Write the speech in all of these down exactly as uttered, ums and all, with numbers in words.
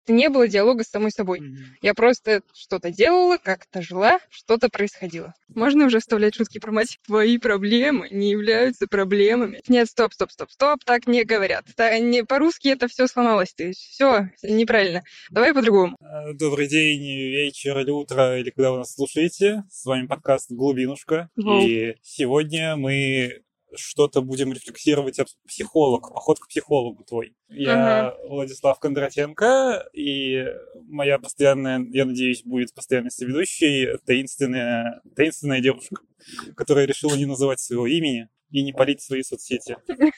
просто не было диалога с самой собой. Мгм. Я просто что-то делала, как-то жила, что-то происходило. Можно уже вставлять шутки про мать? Твои проблемы не являются проблемами. Нет, стоп, стоп, стоп, стоп, так не говорят. Та- не, по-русски это все сломалось. Ты все неправильно. Давай по-другому. Э, Добрый день, вечер или утро, или когда вы нас слушаете. С вами подкаст «Глубинушка». Воу. И сегодня мы что-то будем рефлексировать об психолог, поход к психологу твой. Я Владислав Кондратенко, и моя постоянная, я надеюсь, будет постоянной соведущей таинственная, таинственная девушка, которая решила не называть своего имени и не палить свои соцсети.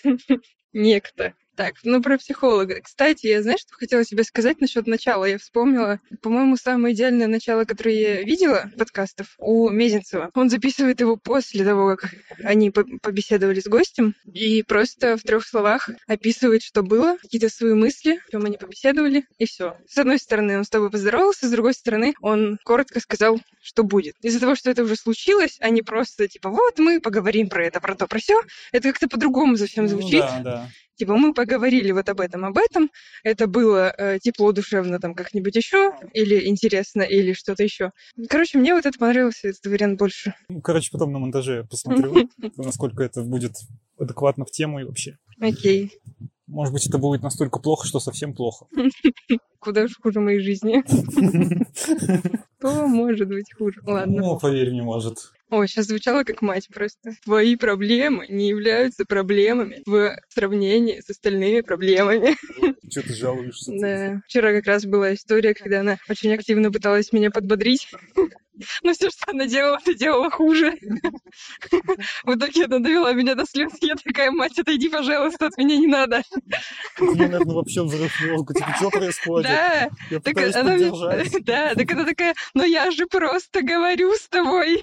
Некто. Так, ну про психолога. Кстати, я знаешь, что хотела тебе сказать насчет начала? Я вспомнила, по-моему, самое идеальное начало, которое я видела подкастов у Мезенцева. Он записывает его после того, как они по- побеседовали с гостем, и просто в трех словах описывает, что было, какие-то свои мысли, о чем они побеседовали, и все. С одной стороны, он с тобой поздоровался, с другой стороны, он коротко сказал, что будет. Из-за того, что это уже случилось, а не просто типа вот мы поговорим про это, про то, про сё, это как-то по-другому совсем Ну звучит. да, да. Типа, мы поговорили вот об этом, об этом. Это было э, тепло, душевно, там, как-нибудь еще, или интересно, или что-то еще. Короче, мне вот это понравился, этот вариант больше. Ну, короче, потом на монтаже я посмотрю, насколько это будет адекватно в тему и вообще. Окей. Может быть, это будет настолько плохо, что совсем плохо. Куда уж хуже моей жизни. Что может быть хуже? Ладно. Ну, поверь, не может. Ой, сейчас звучало как мать просто. Твои проблемы не являются проблемами в сравнении с остальными проблемами. Чего ты жалуешься? Да. Вчера как раз была история, когда она очень активно пыталась меня подбодрить. Но все, что она делала, она делала хуже. В итоге она довела меня до слез. Я такая: мать, отойди, пожалуйста, от меня не надо. Мне, наверное, вообще взрыв мозга. Типа, что происходит? Да, Я так пытаюсь она мне- поддержать. да, так она такая: ну я же просто говорю с тобой.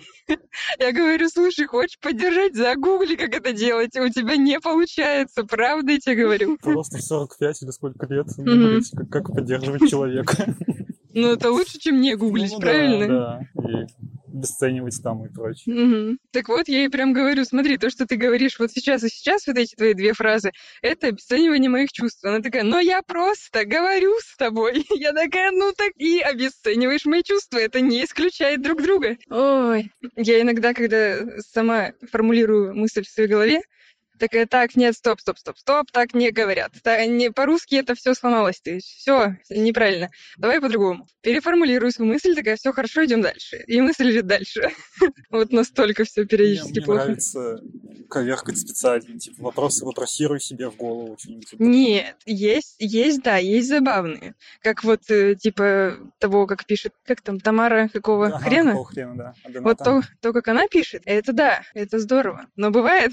Я говорю: слушай, хочешь поддержать? Загугли, как это делать. У тебя не получается, правда, я тебе говорю. Просто в сорок пять или сколько лет Мгм. говорить, как, как поддерживать человека. Ну это лучше, чем не гуглить, Ну, правильно? Да, да. И обесценивать там и прочее. Мгм. Так вот, я ей прям говорю: смотри, то, что ты говоришь вот сейчас и сейчас, вот эти твои две фразы, это обесценивание моих чувств. Она такая: но я просто говорю с тобой. Я такая: ну так и обесцениваешь мои чувства, это не исключает друг друга. Ой, я иногда, когда сама формулирую мысль в своей голове, такая: так, нет, стоп, стоп, стоп, стоп, так не говорят. Та- не, по-русски это все сломалось, ты все неправильно. Давай по-другому. Переформулирую свою мысль, такая: все хорошо, идем дальше. И мысль идет дальше. Вот настолько все Мне, периодически мне плохо. нравится коверкать специально. Типа, вопросы вопросируй себе в голову. Что-нибудь вот такое. Нет, есть, есть, да, есть забавные. Как вот, э, типа, того, как пишет, как там, Тамара какого Ага, хрена? какого хрена, да. А Вот Доната? то, то, как она пишет, это да, это здорово. Но бывает,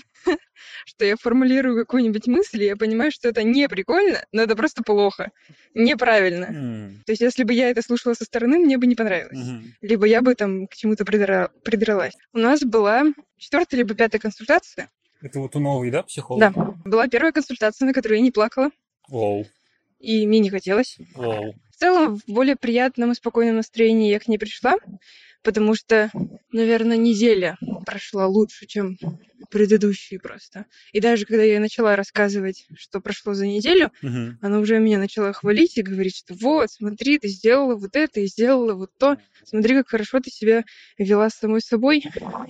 что я формулирую какую-нибудь мысль, и я понимаю, что это не прикольно, но это просто плохо, неправильно. М, То есть, если бы я это слушала со стороны, мне бы не понравилось. мгм. Либо я бы там к чему-то придра- придралась. У нас была четвертая либо пятая консультация. Это вот у новый, да, психолог? Да, была первая консультация, на которой я не плакала, Воу, и мне не хотелось. воу. В целом, в более приятном и спокойном настроении я к ней пришла, потому что, наверное, неделя прошла лучше, чем предыдущие просто. И даже когда я начала рассказывать, что прошло за неделю, Мгм. она уже меня начала хвалить и говорить, что вот, смотри, ты сделала вот это и сделала вот то. Смотри, как хорошо ты себя вела с самой собой.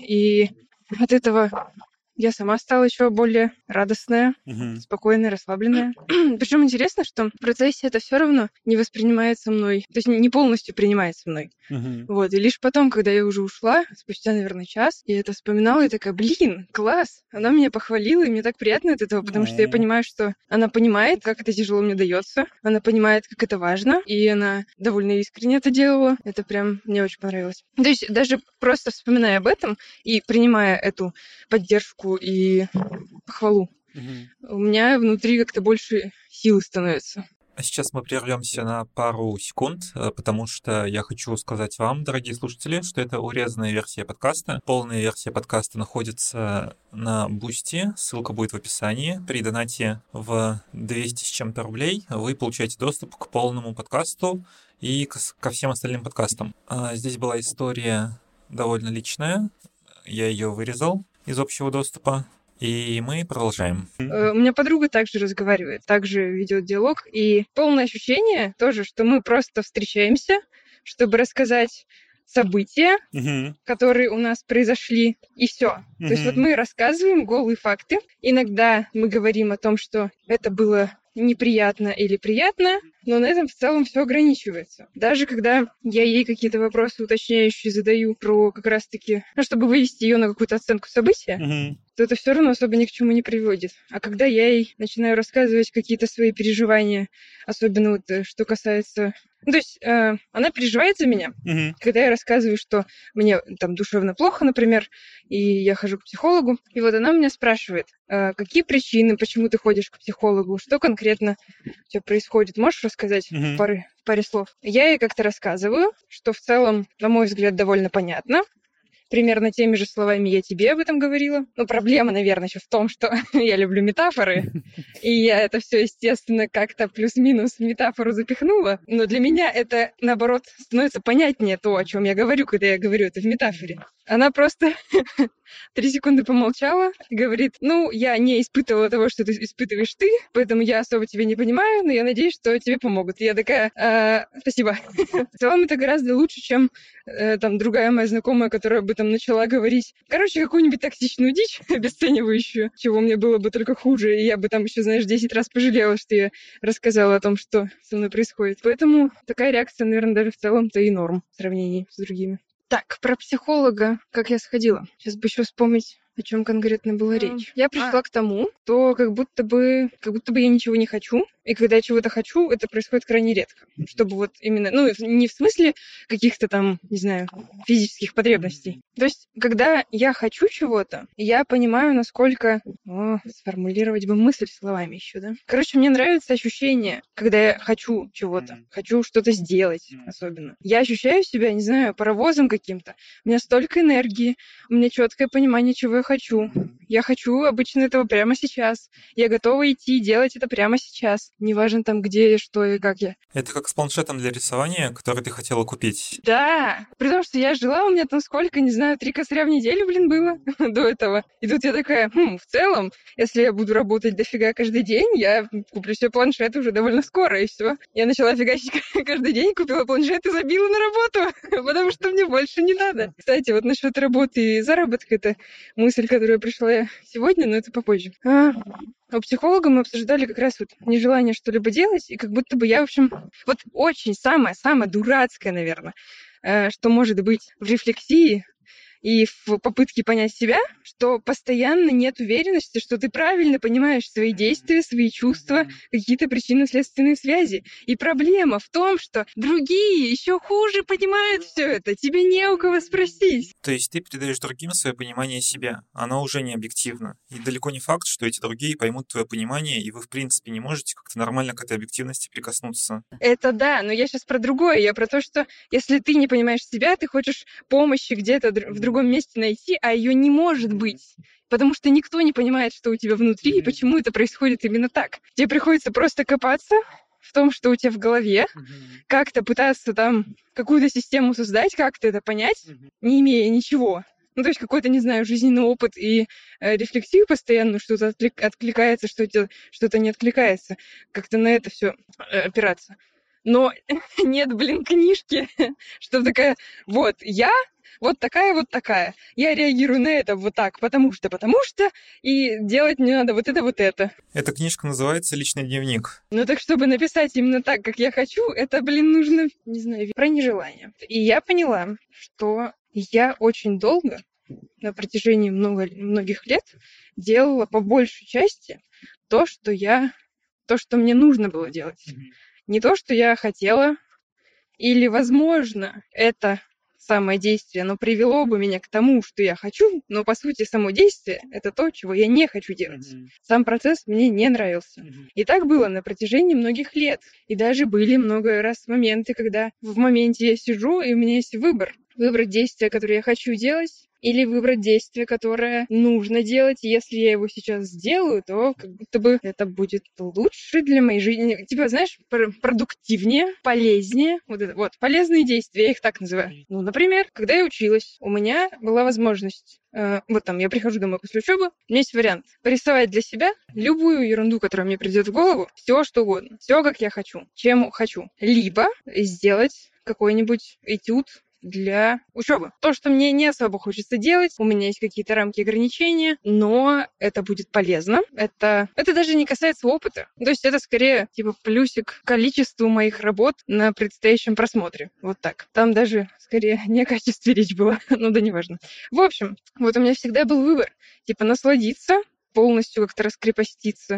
И от этого я сама стала еще более радостная, Мгм. спокойная, расслабленная. Причем интересно, что в процессе это все равно не воспринимается мной, то есть не полностью принимается мной. Мгм. Вот, и лишь потом, когда я уже ушла, спустя, наверное, час, я это вспоминала и такая: блин, класс! Она меня похвалила, и мне так приятно от этого, потому что я Ну. понимаю, что она понимает, как это тяжело мне дается, она понимает, как это важно, и она довольно искренне это делала. Это прям мне очень понравилось. То есть даже просто вспоминая об этом и принимая эту поддержку и похвалу, Мгм. у меня внутри как-то больше силы становится. А сейчас мы прервемся на пару секунд, э, потому что я хочу сказать вам, дорогие слушатели, что это урезанная версия подкаста. Полная версия подкаста находится на Бусти, ссылка будет в описании. При донате в двести с чем-то рублей вы получаете доступ к полному подкасту и к с- ко всем остальным подкастам. А Здесь была история довольно личная, я ее вырезал из общего доступа. И мы продолжаем. Э, У меня подруга также разговаривает, также ведет диалог, и полное ощущение тоже, что мы просто встречаемся, чтобы рассказать события, Мгм. которые у нас произошли, и все. То есть вот Мгм. мы рассказываем голые факты. Иногда мы говорим о том, что это было неприятно или приятно, но на этом в целом все ограничивается. Даже когда я ей какие-то вопросы уточняющие задаю про как раз-таки, ну, чтобы вывести ее на какую-то оценку события, Мгм. то это все равно особо ни к чему не приводит. А когда я ей начинаю рассказывать какие-то свои переживания, особенно вот э, что касается... Ну, то есть э, она переживает за меня, Мгм. когда я рассказываю, что мне там душевно плохо, например, и я хожу к психологу, и вот она меня спрашивает, э, какие причины, почему ты ходишь к психологу, что конкретно у тебя происходит, можешь рассказать в Мгм. паре, в паре слов? Я ей как-то рассказываю, что в целом, на мой взгляд, довольно понятно. Примерно теми же словами я тебе об этом говорила. Но проблема, наверное, еще в том, что я люблю метафоры, и я это все, естественно, как-то плюс-минус в метафору запихнула. Но для меня это, наоборот, становится понятнее то, о чем я говорю, когда я говорю это в метафоре. Она просто три секунды помолчала и говорит, ну, я не испытывала того, что ты испытываешь ты, поэтому я особо тебя не понимаю, но я надеюсь, что тебе помогут. И я такая, «А, спасибо. В целом это гораздо лучше, чем э, там другая моя знакомая, которая бы там начала говорить, короче, какую-нибудь токсичную дичь, обесценивающую, чего мне было бы только хуже, и я бы там еще, знаешь, десять раз пожалела, что я рассказала о том, что со мной происходит. Поэтому такая реакция, наверное, даже в целом-то и норм в сравнении с другими. Так, про психолога, как я сходила. Сейчас бы еще вспомнить, о чем конкретно была речь. Я пришла а. к тому, что как будто бы, как будто бы я ничего не хочу, и когда я чего-то хочу, это происходит крайне редко. Чтобы вот именно, ну, не в смысле каких-то там, не знаю, физических потребностей. То есть, когда я хочу чего-то, я понимаю, насколько... О, сформулировать бы мысль словами еще, да? Короче, мне нравится ощущение, когда я хочу чего-то, хочу что-то сделать особенно. Я ощущаю себя, не знаю, паровозом каким-то. У меня столько энергии, у меня четкое понимание, чего я хочу. Я хочу обычно этого прямо сейчас. Я готова идти и делать это прямо сейчас. Неважно там, где, что и как я. Это как с планшетом для рисования, который ты хотела купить. Да, при том, что я жила, у меня там сколько, не знаю, три косаря в неделю, блин, было до этого. И тут я такая, хм, в целом, если я буду работать дофига каждый день, я куплю себе планшет уже довольно скоро, и все. Я начала фигачить каждый день, купила планшет и забила на работу, потому что мне больше не надо. Кстати, вот насчет работы и заработка, это мысль, которая пришла сегодня, но это попозже. А, у психолога мы обсуждали как раз вот нежелание что-либо делать, и как будто бы я, в общем, вот очень самое-самое дурацкое, наверное, э, что может быть в рефлексии и в попытке понять себя, что постоянно нет уверенности, что ты правильно понимаешь свои действия, свои чувства, какие-то причинно-следственные связи. И проблема в том, что другие еще хуже понимают все это, тебе не у кого спросить. То есть ты передаешь другим свое понимание себя. Оно уже не объективно. И далеко не факт, что эти другие поймут твое понимание, и вы, в принципе, не можете как-то нормально к этой объективности прикоснуться. Это да, но я сейчас про другое. Я про то, что если ты не понимаешь себя, ты хочешь помощи где-то в другом месте найти, а ее не может быть. Потому что никто не понимает, что у тебя внутри и почему это происходит именно так. Тебе приходится просто копаться в том, что у тебя в голове, как-то пытаться там какую-то систему создать, как-то это понять, не имея ничего. Ну, то есть какой-то, не знаю, жизненный опыт и э, рефлексию постоянно, что-то отклик- откликается, что-то, что-то не откликается. Как-то на это все э, опираться. Но нет, блин, книжки, что такая, вот, я вот такая, вот такая. Я реагирую на это вот так, потому что, потому что, и делать мне надо вот это, вот это. Эта книжка называется «Личный дневник». Ну так, чтобы написать именно так, как я хочу, это, блин, нужно, не знаю, про нежелание. И я поняла, что я очень долго, на протяжении много, многих лет, делала по большей части то, что я, то, что мне нужно было делать. Не то, что я хотела, или, возможно, это самое действие, оно привело бы меня к тому, что я хочу, но, по сути, само действие — это то, чего я не хочу делать. Mm-hmm. Сам процесс мне не нравился. Mm-hmm. И так было на протяжении многих лет. И даже были много раз моменты, когда в моменте я сижу, и у меня есть выбор. выбрать действие, которое я хочу делать, или выбрать действие, которое нужно делать. Если я его сейчас сделаю, то как будто бы это будет лучше для моей жизни. Типа, знаешь, пр- продуктивнее, полезнее. Вот это вот, полезные действия, я их так называю. Ну, например, когда я училась, у меня была возможность, э, вот там, я прихожу домой после учебы, у меня есть вариант порисовать для себя любую ерунду, которая мне придет в голову, все что угодно, все как я хочу, чем хочу. Либо сделать какой-нибудь этюд для учебы. То, что мне не особо хочется делать, у меня есть какие-то рамки ограничения, но это будет полезно. Это, это даже не касается опыта. То есть это скорее типа плюсик к количеству моих работ на предстоящем просмотре. Вот так. Там даже скорее не о качестве речь была. Ну да неважно. В общем, вот у меня всегда был выбор. Типа насладиться, полностью как-то раскрепоститься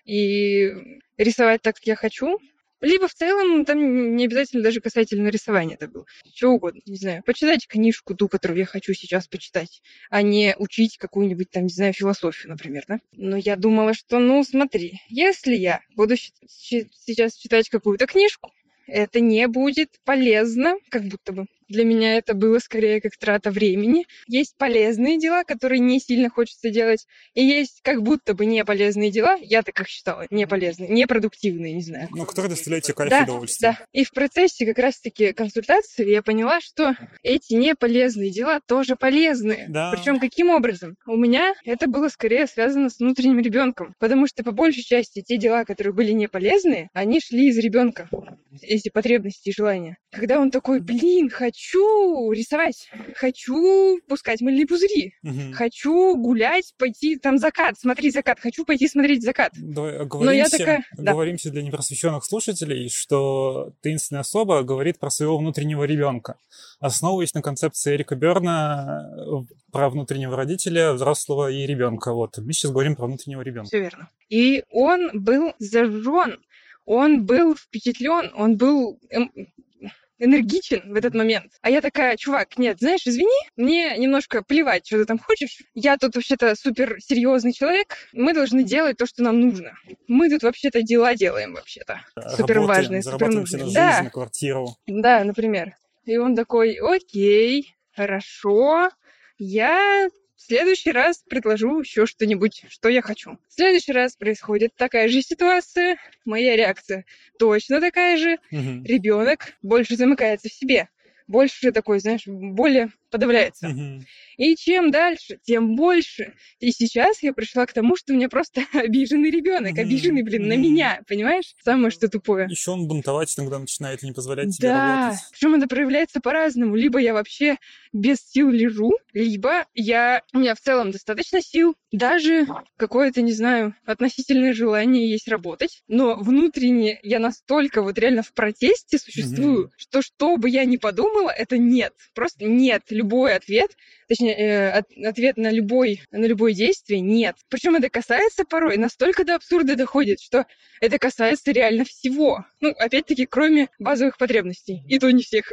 и рисовать так, как я хочу. Либо в целом, там не обязательно даже касательно рисования это было. Что угодно, не знаю. Почитать книжку, ту, которую я хочу сейчас почитать, а не учить какую-нибудь там, не знаю, философию, например, да? Но я думала, что, ну, смотри, если я буду щ- щ- сейчас читать какую-то книжку, это не будет полезно, как будто бы. Для меня это было скорее как трата времени. Есть полезные дела, которые не сильно хочется делать, и есть как будто бы не полезные дела, я так их считала, не полезные, непродуктивные, не знаю. Ну, которые доставляют тебе кайф и Да, удовольствие. да. И в процессе как раз-таки консультации я поняла, что эти неполезные дела тоже полезные. Да. Причем каким образом? У меня это было скорее связано с внутренним ребенком, потому что по большей части те дела, которые были не полезные, они шли из ребенка, эти потребности и желания. Когда он такой, блин, хочу рисовать, хочу пускать мыльные пузыри, Мгм. хочу гулять, пойти там закат, смотри закат, хочу пойти смотреть закат. Давай Но я оговоримся, такая, да. оговоримся для непросвещенных слушателей, что таинственная особа говорит про своего внутреннего ребенка, основываясь на концепции Эрика Берна э, про внутреннего родителя, взрослого и ребенка. Вот мы сейчас говорим про внутреннего ребенка. Все верно. И он был зажжен, он был впечатлен, он был эм, энергичен в этот момент. А я такая, чувак, нет, знаешь, извини, мне немножко плевать, что ты там хочешь. Я тут вообще-то супер серьезный человек. Мы должны делать то, что нам нужно. Мы тут вообще-то дела делаем вообще-то. Супер Работаем, важные, супер зарабатываем себе на нужные. жизнь, Да, на квартиру. да, например. И он такой, окей, хорошо, я в следующий раз предложу еще что-нибудь, что я хочу. В следующий раз происходит такая же ситуация, моя реакция точно такая же. Мгм. Ребенок больше замыкается в себе, больше такой, знаешь, более подавляется. Мгм. И чем дальше, тем больше. И сейчас я пришла к тому, что у меня просто обиженный ребенок, Мгм. обиженный, блин, на Мгм. меня, понимаешь? Самое что тупое. Еще он бунтовать иногда начинает и не позволять тебе Да, работать. причем это проявляется по-разному. Либо я вообще без сил лежу, либо я у меня в целом достаточно сил, даже какое-то, не знаю, относительное желание есть работать, но внутренне я настолько вот реально в протесте существую, Мгм. что что бы я ни подумала, это нет, просто нет. Любой ответ, точнее э, от- ответ на любой на любое действие нет. Причем это касается порой настолько до абсурда доходит, что это касается реально всего. Ну, опять-таки, кроме базовых потребностей. И то не всех.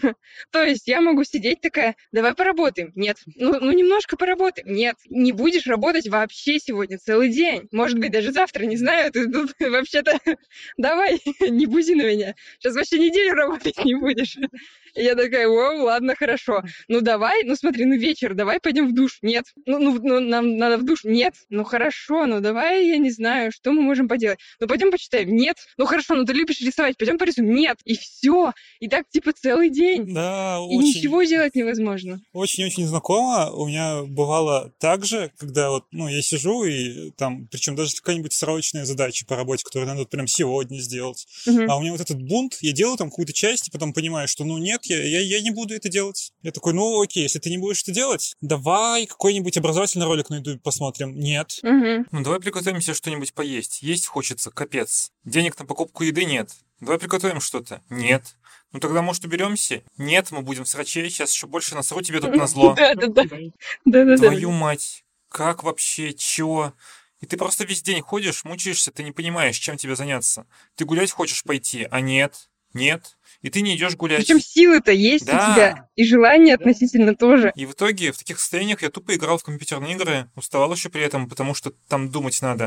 То есть я могу сидеть такая, давай поработаем. Нет. Ну, ну, немножко поработаем. Нет. Не будешь работать вообще сегодня целый день. Может быть, даже завтра, не знаю. Ты тут вообще-то давай, не бузи на меня. Сейчас вообще неделю работать не будешь. И я такая, о, ладно, хорошо. Ну давай, ну смотри, ну вечер, давай пойдем в душ. Нет. Ну, ну, ну, нам надо в душ. Нет. Ну хорошо, ну давай, я не знаю, что мы можем поделать. Ну пойдем почитаем. Нет. Ну хорошо, ну ты любишь рисовать, пойдем порисуем. Нет. И все. И так типа целый день. Да, И очень, ничего делать невозможно. очень-очень знакомо. У меня бывало так же, когда вот, ну, я сижу и там, причем даже какая-нибудь срочная задача по работе, которую надо прям сегодня сделать. Мгм. А у меня вот этот бунт, я делаю там какую-то часть, и потом понимаю, что, ну, нет, я, я, я не буду это делать. Я такой, ну, окей, если ты не будешь это делать, давай какой-нибудь образовательный ролик найду и посмотрим. Нет. Мгм. Ну, давай приготовим себе что-нибудь поесть. Есть хочется, капец. Денег на покупку еды нет. Давай приготовим что-то. Нет. Ну тогда, может, уберемся? Нет, мы будем срачей, сейчас еще больше насру тебе тут назло. Да-да-да. Да-да-да. Твою мать, как вообще, чё? И ты просто весь день ходишь, мучаешься, ты не понимаешь, чем тебе заняться. Ты гулять хочешь пойти, а нет, нет. И ты не идешь гулять. Причем силы-то есть Да. у тебя. И желание относительно тоже. И в итоге в таких состояниях я тупо играл в компьютерные игры, уставал еще при этом, потому что там думать надо.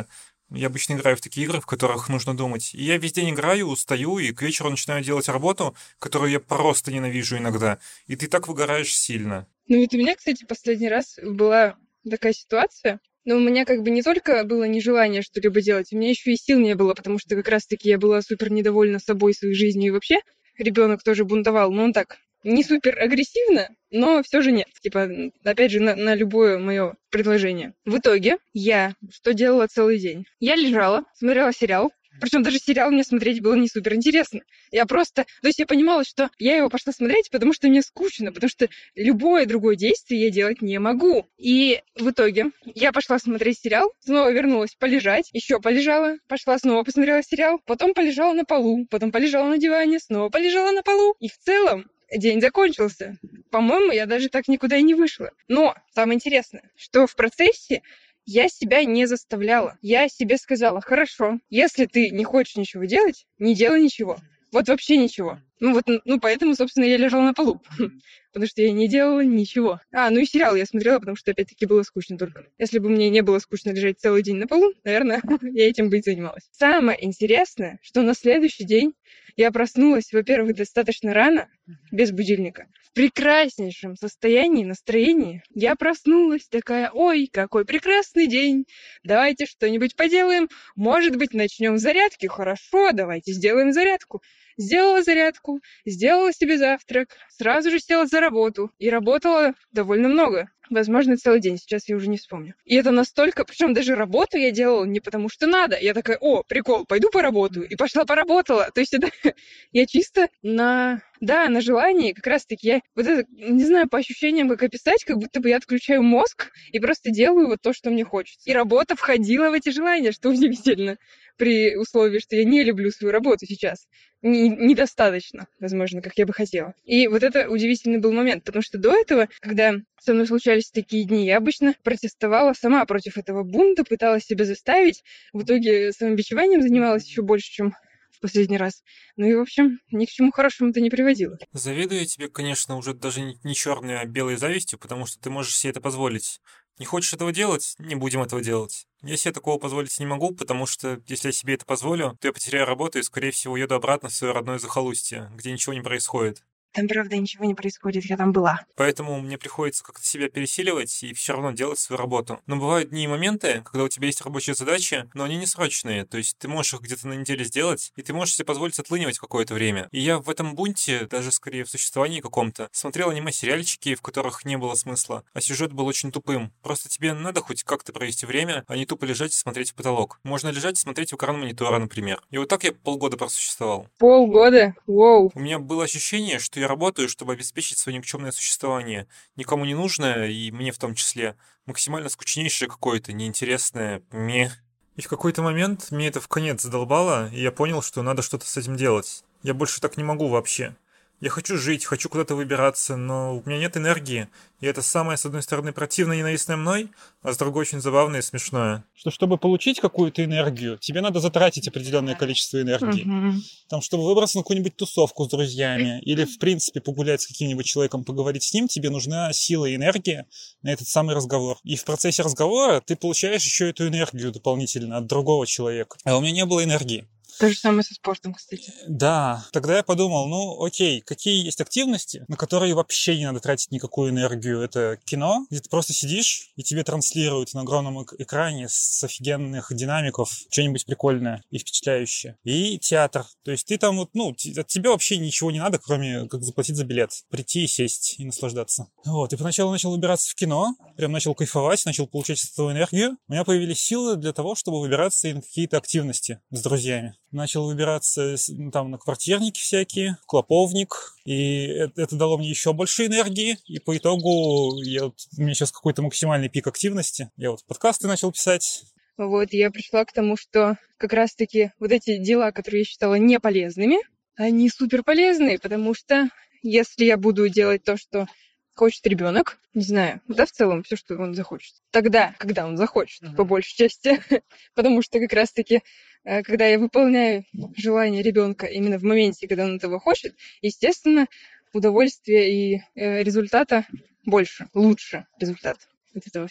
Я обычно играю в такие игры, в которых нужно думать. И я весь день играю, устаю, и к вечеру начинаю делать работу, которую я просто ненавижу иногда. И ты так выгораешь сильно. Ну вот у меня, кстати, последний раз была такая ситуация. Но у меня как бы не только было нежелание что-либо делать, у меня еще и сил не было, потому что как раз-таки я была супер недовольна собой, своей жизнью и вообще. Ребенок тоже бунтовал, но он так не супер агрессивно, но все же нет. Типа, опять же, на, на любое мое предложение. В итоге я что делала целый день? Я лежала, смотрела сериал. Причем даже сериал мне смотреть было не супер интересно. Я просто... То есть я понимала, что я его пошла смотреть, потому что мне скучно, потому что любое другое действие я делать не могу. И в итоге я пошла смотреть сериал, снова вернулась полежать, еще полежала, пошла снова посмотрела сериал, потом полежала на полу, потом полежала на диване, снова полежала на полу. И в целом день закончился. По-моему, я даже так никуда и не вышла. Но самое интересное, что в процессе я себя не заставляла. Я себе сказала: хорошо, если ты не хочешь ничего делать, не делай ничего. Вот вообще ничего. Ну вот, ну поэтому, собственно, я лежала на полу. Потому что я не делала ничего. А, ну и сериал я смотрела, потому что, опять-таки, было скучно только. Если бы мне не было скучно лежать целый день на полу, наверное, я этим бы и занималась. Самое интересное, что на следующий день я проснулась, во-первых, достаточно рано, без будильника, в прекраснейшем состоянии, настроении. Я проснулась такая: ой, какой прекрасный день, давайте что-нибудь поделаем, может быть, начнем с зарядки, хорошо, давайте сделаем зарядку. Сделала зарядку, сделала себе завтрак, сразу же села за работу и работала довольно много. Возможно, целый день, сейчас я уже не вспомню. И это настолько... Причем даже работу я делала не потому, что надо. Я такая: о, прикол, пойду поработаю. И пошла поработала. То есть это я чисто на... Да, на желании. Как раз-таки я... Вот это, не знаю, по ощущениям, как описать, как будто бы я отключаю мозг и просто делаю вот то, что мне хочется. И работа входила в эти желания, что удивительно. При условии, что я не люблю свою работу сейчас. Недостаточно, возможно, как я бы хотела. И вот это удивительный был момент, потому что до этого, когда со мной случались такие дни, я обычно протестовала сама против этого бунта, пыталась себя заставить. В итоге самобичеванием занималась еще больше, чем в последний раз. Ну и, в общем, ни к чему хорошему это не приводило. Завидую я тебе, конечно, уже даже не черной, а белой завистью, потому что ты можешь себе это позволить. Не хочешь этого делать? Не будем этого делать. Я себе такого позволить не могу, потому что если я себе это позволю, то я потеряю работу и, скорее всего, уеду обратно в свое родное захолустье, где ничего не происходит. Там, правда, ничего не происходит, я там была. Поэтому мне приходится как-то себя пересиливать и все равно делать свою работу. Но бывают дни и моменты, когда у тебя есть рабочие задачи, но они не срочные. То есть ты можешь их где-то на неделе сделать, и ты можешь себе позволить отлынивать какое-то время. И я в этом бунте, даже скорее в существовании каком-то, смотрел аниме-сериальчики, в которых не было смысла, а сюжет был очень тупым. Просто тебе надо хоть как-то провести время, а не тупо лежать и смотреть в потолок. Можно лежать и смотреть в экран монитора, например. И вот так я полгода просуществовал. Полгода? Воу. У меня было ощущение, что я работаю, чтобы обеспечить свое никчемное существование, никому не нужное, и мне в том числе, максимально скучнейшее какое-то, неинтересное, мeh. И в какой-то момент мне это вконец задолбало, и я понял, что надо что-то с этим делать. Я больше так не могу вообще. Я хочу жить, хочу куда-то выбираться, но у меня нет энергии. И это самое, с одной стороны, противно и ненавистное мной, а с другой очень забавное и смешное. Что чтобы получить какую-то энергию, тебе надо затратить определенное количество энергии. Угу. Там, чтобы выбраться на какую-нибудь тусовку с друзьями или, в принципе, погулять с каким-нибудь человеком, поговорить с ним, тебе нужна сила и энергия на этот самый разговор. И в процессе разговора ты получаешь еще эту энергию дополнительно от другого человека. А у меня не было энергии. То же самое со спортом, кстати. Да, тогда я подумал, ну окей, какие есть активности, на которые вообще не надо тратить никакую энергию. Это кино, где ты просто сидишь, и тебе транслируют на огромном экране с офигенных динамиков что-нибудь прикольное и впечатляющее. И театр. То есть ты там вот, ну, от тебя вообще ничего не надо, кроме как заплатить за билет. Прийти, сесть и наслаждаться. Вот, и поначалу начал выбираться в кино, прям начал кайфовать, начал получать от этого энергию. У меня появились силы для того, чтобы выбираться и на какие-то активности с друзьями. Начал выбираться там на квартирники всякие, в клоповник, и это, это дало мне еще больше энергии, и по итогу я, вот, у меня сейчас какой-то максимальный пик активности. Я вот подкасты начал писать. Вот, я пришла к тому, что как раз-таки вот эти дела, которые я считала неполезными, они супер полезные, потому что если я буду делать то, что хочет ребенок, не знаю, да, в целом все, что он захочет, тогда, когда он захочет, mm-hmm. по большей части, потому что как раз-таки когда я выполняю желание ребенка именно в моменте, когда он этого хочет, естественно, удовольствия и э, результата больше, лучше результат от этого всего.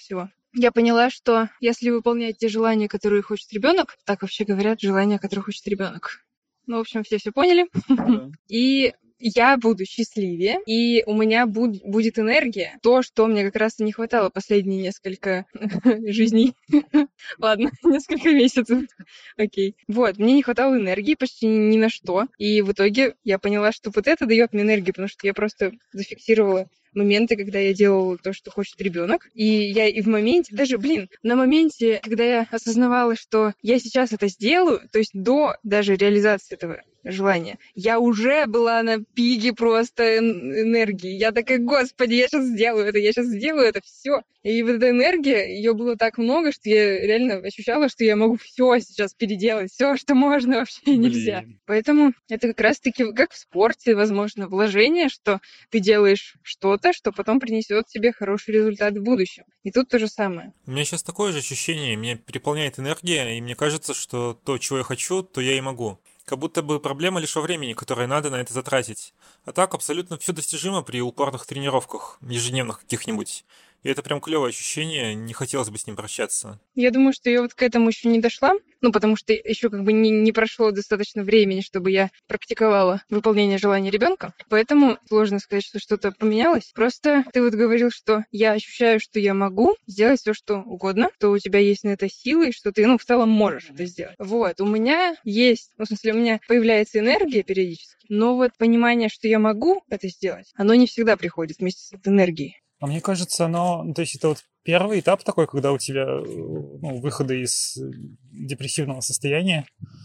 я поняла, что если выполнять те желания, которые хочет ребенок, так вообще говорят, желания, которые хочет ребенок. Ну, в общем, все все поняли. Да. И я буду счастливее, и у меня буд- будет энергия. То, что мне как раз и не хватало последние несколько жизней. Ладно, несколько месяцев. Окей. Вот, мне не хватало энергии почти ни на что. И в итоге я поняла, что вот это дает мне энергию, потому что я просто зафиксировала моменты, когда я делала то, что хочет ребенок. И я и в моменте, даже, блин, на моменте, когда я осознавала, что я сейчас это сделаю, то есть до даже реализации этого желания, я уже была на пике просто эн- энергии. Я такая, господи, я сейчас сделаю это, я сейчас сделаю это, все. И вот эта энергия, ее было так много, что я реально ощущала, что я могу все сейчас переделать, все, что можно, вообще нельзя. Блин. Поэтому это как раз-таки как в спорте, возможно, вложение, что ты делаешь что-то, что потом принесет тебе хороший результат в будущем. И тут то же самое. У меня сейчас такое же ощущение, меня переполняет энергия, и мне кажется, что то, чего я хочу, то я и могу. Как будто бы проблема лишь во времени, которое надо на это затратить. А так абсолютно все достижимо при упорных тренировках, ежедневных каких-нибудь. И это прям клевое ощущение, не хотелось бы с ним прощаться. Я думаю, что я вот к этому еще не дошла, ну, потому что еще как бы не, не прошло достаточно времени, чтобы я практиковала выполнение желания ребенка, поэтому сложно сказать, что что-то поменялось. Просто ты вот говорил, что я ощущаю, что я могу сделать все, что угодно, что у тебя есть на это силы, и что ты, ну, в целом можешь это сделать. Вот, у меня есть, ну, в смысле, у меня появляется энергия периодически, но вот понимание, что я могу это сделать, оно не всегда приходит вместе с этой энергией. А мне кажется, оно, ну, то есть это вот первый этап такой, когда у тебя, ну, выходы из депрессивного состояния,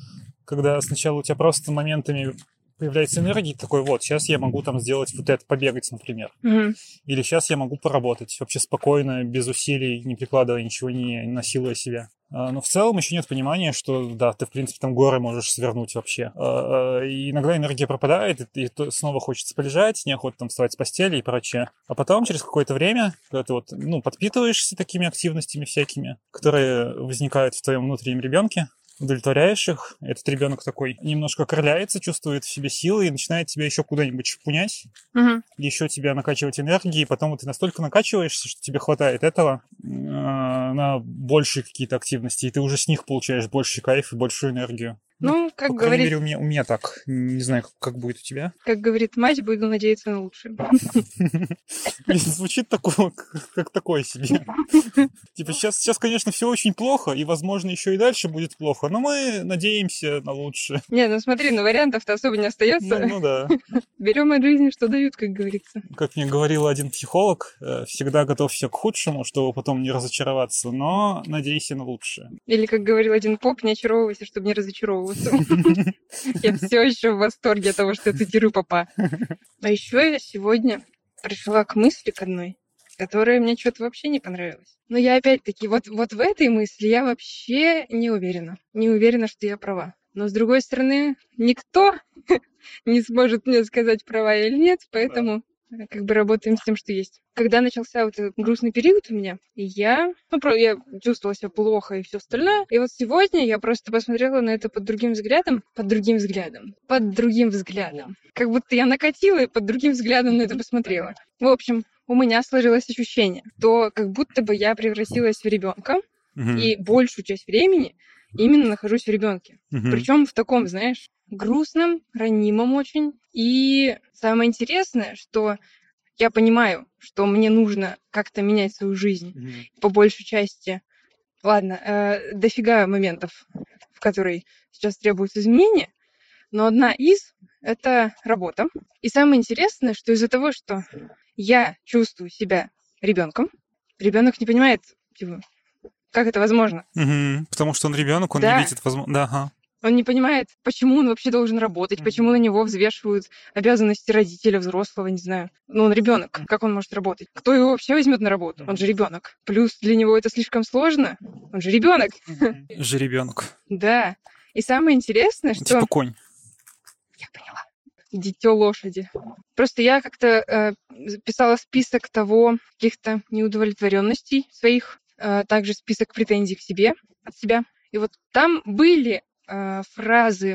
когда сначала у тебя просто моментами появляется энергия, и такой, вот, сейчас я могу там сделать вот это, побегать, например. Мгм. Или сейчас я могу поработать вообще спокойно, без усилий, не прикладывая ничего, не насилуя себя. А, Но в целом еще нет понимания, что, да, ты, в принципе, там горы можешь свернуть вообще. А, а, И иногда энергия пропадает, и ты то- снова хочется полежать, неохота там вставать с постели и прочее. А потом, через какое-то время, когда ты вот, ну, подпитываешься такими активностями всякими, которые возникают в твоем внутреннем ребенке, удовлетворяешь их, этот ребенок такой немножко окрыляется, чувствует в себе силы и начинает тебя еще куда-нибудь шпунять, Мгм. еще тебя накачивать энергией, и потом вот ты настолько накачиваешься, что тебе хватает этого э, на большие какие-то активности, и ты уже с них получаешь больше кайф и большую энергию. Ну, как По крайней говорит, мере, у меня, у меня так. Не знаю, как, как будет у тебя. как говорит мать, буду надеяться на лучшее. Блин, звучит такое, как, как такое себе. Типа сейчас, сейчас, конечно, все очень плохо, и, возможно, еще и дальше будет плохо, но мы надеемся на лучшее. Не, ну смотри, ну вариантов-то особо не остается. Ну, ну да. Берем от жизни, что дают, как говорится. Как мне говорил один психолог, э, всегда готовься к худшему, чтобы потом не разочароваться, но надейся на лучшее. Или, как говорил один поп, не очаровывайся, чтобы не разочаровываться. Я все еще в восторге от того, что я цитирую попа. А еще я сегодня пришла к мысли к одной, которая мне что-то вообще не понравилась. Но я опять-таки, вот, вот в этой мысли я вообще не уверена. Не уверена, что я права. Но, с другой стороны, никто не сможет мне сказать, права я или нет, поэтому э, как бы работаем с тем, что есть. Когда начался вот этот грустный период у меня, я, ну, про- я чувствовала себя плохо и все остальное. И вот сегодня я просто посмотрела на это под другим взглядом, под другим взглядом, под другим взглядом. Как будто я накатила и под другим взглядом на это посмотрела. В общем, у меня сложилось ощущение, то как будто бы я превратилась в ребенка, Мгм. и большую часть времени именно нахожусь в ребенке. Мгм. Причем в таком, знаешь, грустном, ранимом очень. И самое интересное, что я понимаю, что мне нужно как-то менять свою жизнь Мгм. по большей части. Ладно, э, дофига моментов, в которые сейчас требуются изменения, но одна из — это работа. И самое интересное, что из-за того, что я чувствую себя ребенком, ребенок не понимает, типа, как это возможно. Мгм. Потому что он ребенок, он Да. не видит возможно. Да, ага. Он не понимает, почему он вообще должен работать, Мгм. почему на него взвешивают обязанности родителя, взрослого, не знаю. Ну, он ребенок, как он может работать? Кто его вообще возьмет на работу? Он же ребенок. Плюс для него это слишком сложно. Он же ребенок. Же ребенок. Да. И самое интересное, что... Типа конь. Я поняла. Дитё лошади. Просто я как-то э, писала список того, каких-то неудовлетворенностей своих, э, также список претензий к себе, от себя. И вот там были э, фразы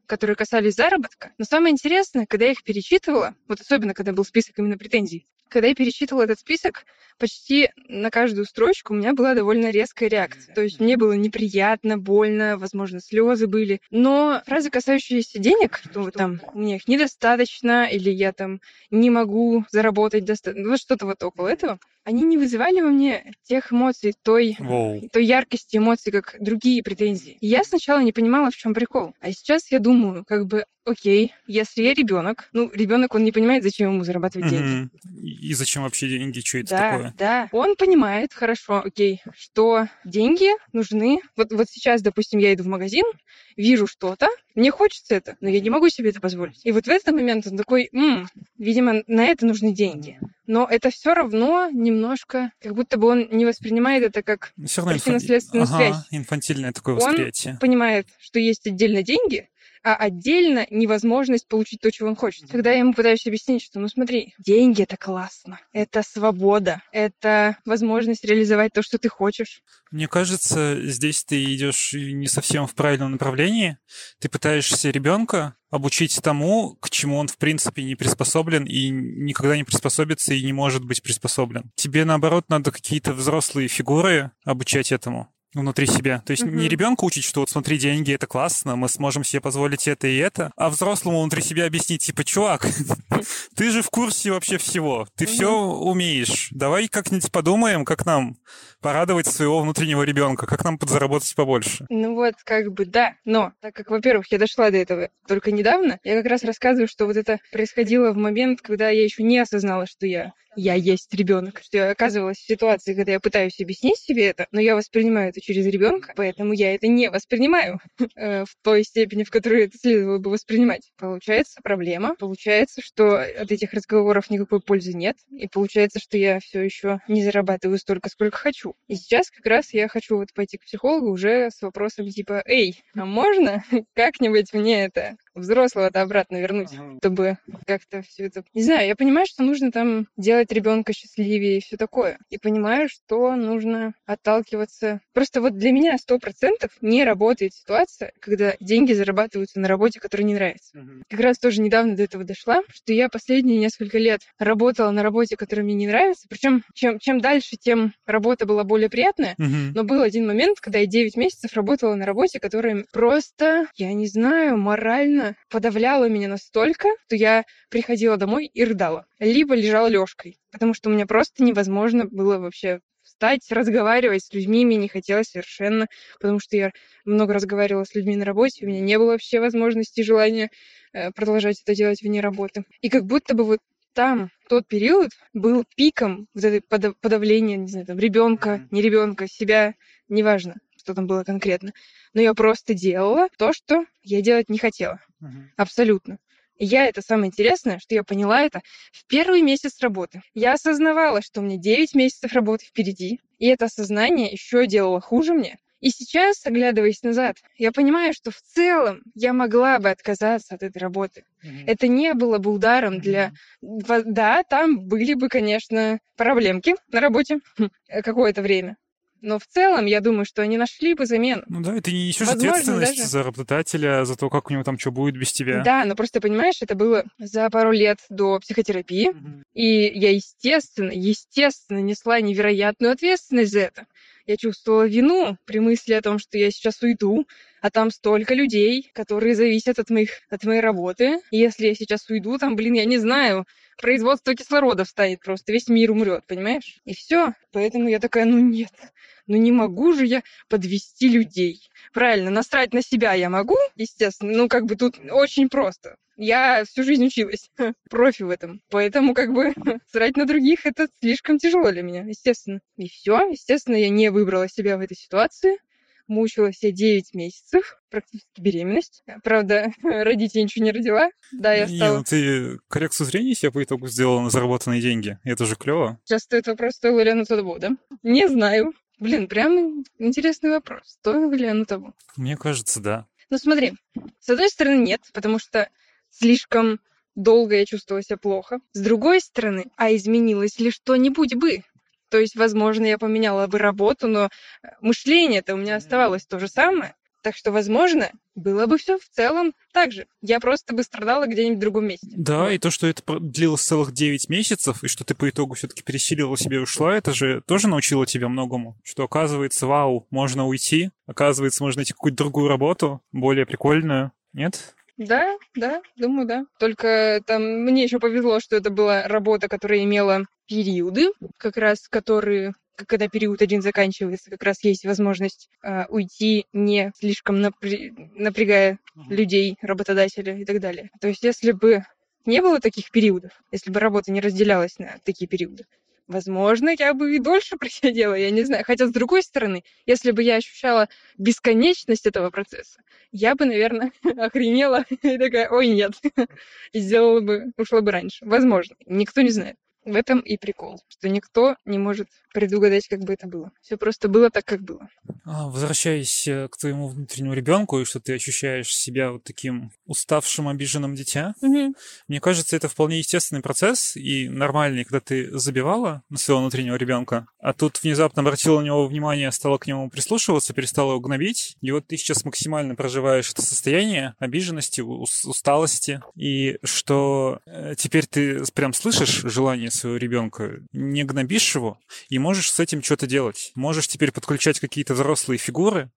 которые касались заработка. Но самое интересное, когда я их перечитывала, вот особенно когда был список именно претензий, когда я перечитывала этот список, почти на каждую строчку у меня была довольно резкая реакция. То есть мне было неприятно, больно, возможно, слезы были. Но фразы, касающиеся денег, что вот там у меня их недостаточно, или я там не могу заработать достаточно, вот что-то вот около этого, они не вызывали во мне тех эмоций, той, той яркости эмоций, как другие претензии. И я сначала не понимала, в чем прикол. А сейчас я думаю, как бы, окей, если я ребенок, ну, ребенок, он не понимает, зачем ему зарабатывать деньги. И зачем вообще деньги, что это да, такое? Да, он понимает, хорошо, окей, что деньги нужны. Вот, вот сейчас, допустим, я иду в магазин, вижу что-то, мне хочется это, но я не могу себе это позволить. И вот в этот момент он такой, м-м, видимо, на это нужны деньги. Но это все равно немножко, как будто бы он не воспринимает это как причинно-следственную ага, связь. Инфантильное такое восприятие. Он понимает, что есть отдельно деньги, а отдельно невозможность получить то, чего он хочет. Когда я ему пытаюсь объяснить, что, ну смотри, деньги — это классно, это свобода, это возможность реализовать то, что ты хочешь. Мне кажется, здесь ты идешь не совсем в правильном направлении. Ты пытаешься ребенка обучить тому, к чему он, в принципе, не приспособлен и никогда не приспособится и не может быть приспособлен. Тебе, наоборот, надо какие-то взрослые фигуры обучать этому внутри себя. То есть uh-huh. не ребенка учить, что вот смотри, деньги — это классно, мы сможем себе позволить это и это, а взрослому внутри себя объяснить, типа, чувак, ты же в курсе вообще всего, ты uh-huh. все умеешь, давай как-нибудь подумаем, как нам порадовать своего внутреннего ребенка, как нам подзаработать побольше. Ну вот, как бы, да, но так как, во-первых, я дошла до этого только недавно, я как раз рассказываю, что вот это происходило в момент, когда я еще не осознала, что я я есть ребенок, что я оказывалась в ситуации, когда я пытаюсь объяснить себе это, но я воспринимаю это через ребенка, поэтому я это не воспринимаю в той степени, в которой это следовало бы воспринимать. Получается проблема, получается, что от этих разговоров никакой пользы нет, и получается, что я все еще не зарабатываю столько, сколько хочу. И сейчас как раз я хочу вот пойти к психологу уже с вопросом типа, эй, а можно как-нибудь мне это взрослого-то обратно вернуть, чтобы как-то все это... Не знаю, я понимаю, что нужно там делать ребенка счастливее и все такое. И понимаю, что нужно отталкиваться. Просто вот для меня сто процентов не работает ситуация, когда деньги зарабатываются на работе, которая не нравится. Uh-huh. Как раз тоже недавно до этого дошла, что я последние несколько лет работала на работе, которая мне не нравится. Причем чем, чем дальше, тем работа была более приятная. Uh-huh. Но был один момент, когда я девять месяцев работала на работе, которая просто, я не знаю, морально подавляла меня настолько, что я приходила домой и рыдала. Либо лежала лёжкой, потому что у меня просто невозможно было вообще встать, разговаривать с людьми, мне не хотелось совершенно, потому что я много разговаривала с людьми на работе, у меня не было вообще возможности и желания э, продолжать это делать вне работы. И как будто бы вот там тот период был пиком вот этой подав- подавления, не знаю, там, ребенка, не ребенка, себя, неважно, что там было конкретно. Но я просто делала то, что я делать не хотела. Uh-huh. Абсолютно. И я, это самое интересное, что я поняла это в первый месяц работы. Я осознавала, что у меня девять месяцев работы впереди, и это осознание еще делало хуже мне. И сейчас, оглядываясь назад, я понимаю, что в целом я могла бы отказаться от этой работы. Mm-hmm. Это не было бы ударом для... Mm-hmm. Да, там были бы, конечно, проблемки на работе какое-то время. Но в целом, я думаю, что они нашли бы замену. Ну да, и ты не несешь ответственность даже за работодателя, за то, как у него там что будет без тебя. Да, но просто, понимаешь, это было за пару лет до психотерапии, mm-hmm. и я, естественно, естественно, несла невероятную ответственность за это. Я чувствовала вину при мысли о том, что я сейчас уйду, а там столько людей, которые зависят от моих, от моей работы. И если я сейчас уйду, там, блин, я не знаю, производство кислорода встанет просто, весь мир умрет, понимаешь? И все. Поэтому я такая, ну нет, ну не могу же я подвести людей. Правильно, насрать на себя я могу, естественно, ну как бы тут очень просто. Я всю жизнь училась, профи в этом. Поэтому как бы срать на других — это слишком тяжело для меня, естественно. И все, естественно, я не выбрала себя в этой ситуации. Мучилась я девять месяцев, практически беременность. Правда, родить я ничего не родила. Да, я стала... Не, ну ты коррекцию зрения себе по итогу сделала на заработанные деньги. Это же клево. Сейчас стоит вопрос, стоило ли оно того, да? Не знаю. Блин, прям интересный вопрос. Стоило ли оно того? Мне кажется, да. Ну смотри, с одной стороны нет, потому что слишком долго я чувствовала себя плохо. С другой стороны, а изменилось ли что-нибудь бы? То есть, возможно, я поменяла бы работу, но мышление-то у меня оставалось то же самое. Так что, возможно, было бы все в целом так же. Я просто бы страдала где-нибудь в другом месте. Да, Вот. и то, что это длилось целых девять месяцев, и что ты по итогу все-таки пересилила себе и ушла, это же тоже научило тебя многому. Что, оказывается, вау, можно уйти, оказывается, можно найти какую-то другую работу, более прикольную. Нет? Да, да, думаю, да. Только там мне еще повезло, что это была работа, которая имела периоды, как раз которые, когда период один заканчивается, как раз есть возможность э, уйти, не слишком напря- напрягая людей, работодателя и так далее. То есть если бы не было таких периодов, если бы работа не разделялась на такие периоды, возможно, я бы и дольше просидела, я не знаю. Хотя, с другой стороны, если бы я ощущала бесконечность этого процесса, я бы, наверное, охренела и такая, ой, нет, и сделала бы, ушла бы раньше. Возможно, никто не знает. В этом и прикол, что никто не может предугадать, как бы это было. Все просто было так, как было. Возвращаясь к твоему внутреннему ребенку, и что ты ощущаешь себя вот таким уставшим, обиженным дитя, Угу. мне кажется, это вполне естественный процесс и нормальный, когда ты забивала на своего внутреннего ребенка, а тут внезапно обратила на него внимание, стала к нему прислушиваться, перестала его гнобить, и вот ты сейчас максимально проживаешь это состояние обиженности, усталости, и что теперь ты прям слышишь желание своего ребенка, не гнобишь его, и можешь с этим что-то делать. Можешь теперь подключать какие-то взрослые фигуры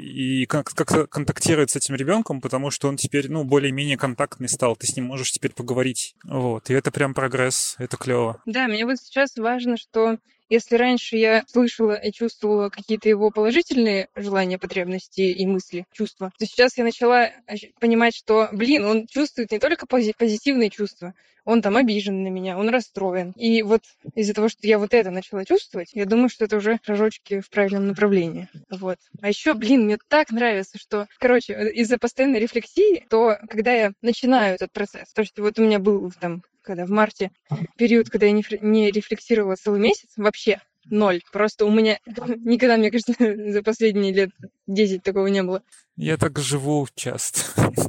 и как- как-то контактировать с этим ребенком, потому что он теперь, ну, более-менее контактный стал. Ты с ним можешь теперь поговорить. Вот. И это прям прогресс. Это клево. Да, мне вот сейчас важно, что если раньше я слышала и чувствовала какие-то его положительные желания, потребности и мысли, чувства, то сейчас я начала понимать, что, блин, он чувствует не только пози- позитивные чувства, он там обижен на меня, он расстроен. И вот из-за того, что я вот это начала чувствовать, я думаю, что это уже шажочки в правильном направлении. Вот. А еще, блин, мне так нравится, что, короче, из-за постоянной рефлексии, то когда я начинаю этот процесс, то есть вот у меня был там, когда в марте период, когда я не, фре- не рефлексировала целый месяц, вообще ноль. Просто у меня никогда, мне кажется, за последние лет десять такого не было. Я так живу часто,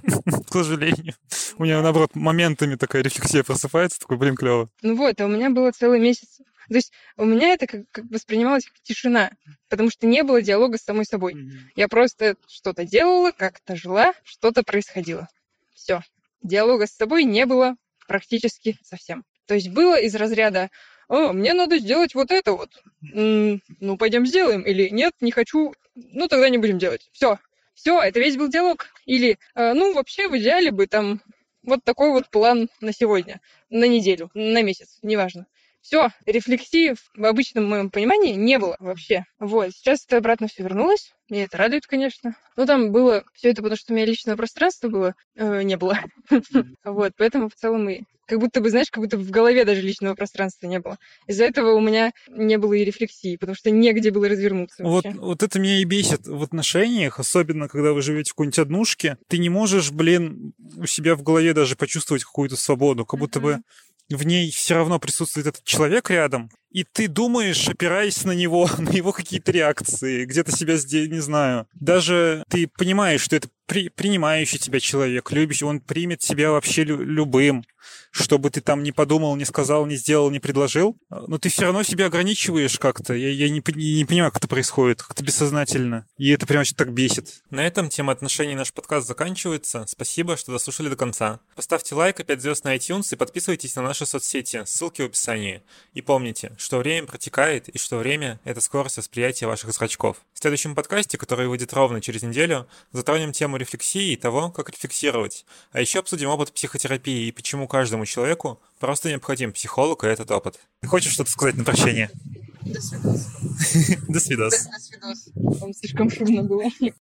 к сожалению. У меня, наоборот, моментами такая рефлексия просыпается, такой, блин, клево. Ну вот, а у меня было целый месяц. То есть у меня это как, как воспринималось как тишина, потому что не было диалога с самой собой. Я просто что-то делала, как-то жила, что-то происходило. Все. Диалога с собой не было практически совсем. То есть было из разряда: «О, мне надо сделать вот это вот. М, ну, пойдем сделаем». Или «Нет, не хочу. Ну, тогда не будем делать». Все. Все, это весь был диалог. Или э, «Ну, вообще, в идеале бы там вот такой вот план на сегодня, на неделю, на месяц, неважно». Все, рефлексии в обычном моем понимании не было вообще. Вот, сейчас это обратно все вернулось. Меня это радует, конечно. Но там было все это, потому что у меня личного пространства было, э, не было. Вот, поэтому в целом и как будто бы, знаешь, как будто в голове даже личного пространства не было. Из-за этого у меня не было и рефлексии, потому что негде было развернуться Вот, вообще. вот это меня и бесит в отношениях, особенно когда вы живете в какой-нибудь однушке. Ты не можешь, блин, у себя в голове даже почувствовать какую-то свободу, как будто бы в ней все равно присутствует этот человек рядом, и ты думаешь, опираясь на него, на его какие-то реакции, где-то себя здесь, не знаю. Даже ты понимаешь, что это при, принимающий тебя человек, любящий, он примет тебя вообще лю- любым, что бы ты там ни подумал, ни сказал, ни сделал, ни предложил, но ты все равно себя ограничиваешь как-то. Я, я не, не понимаю, как это происходит, как-то бессознательно. И это прям очень так бесит. На этом тема отношений наш подкаст заканчивается. Спасибо, что дослушали до конца. Поставьте лайк и пять звезд на iTunes и подписывайтесь на наши соцсети, ссылки в описании. И помните, что время протекает и что время — это скорость восприятия ваших зрачков. В следующем подкасте, который выйдет ровно через неделю, затронем тему рефлексии и того, как рефлексировать. А еще обсудим опыт психотерапии и почему каждому человеку просто необходим психолог и этот опыт. Ты хочешь что-то сказать на прощание? До свидос. До свидос. До свидос. Там слишком шумно было.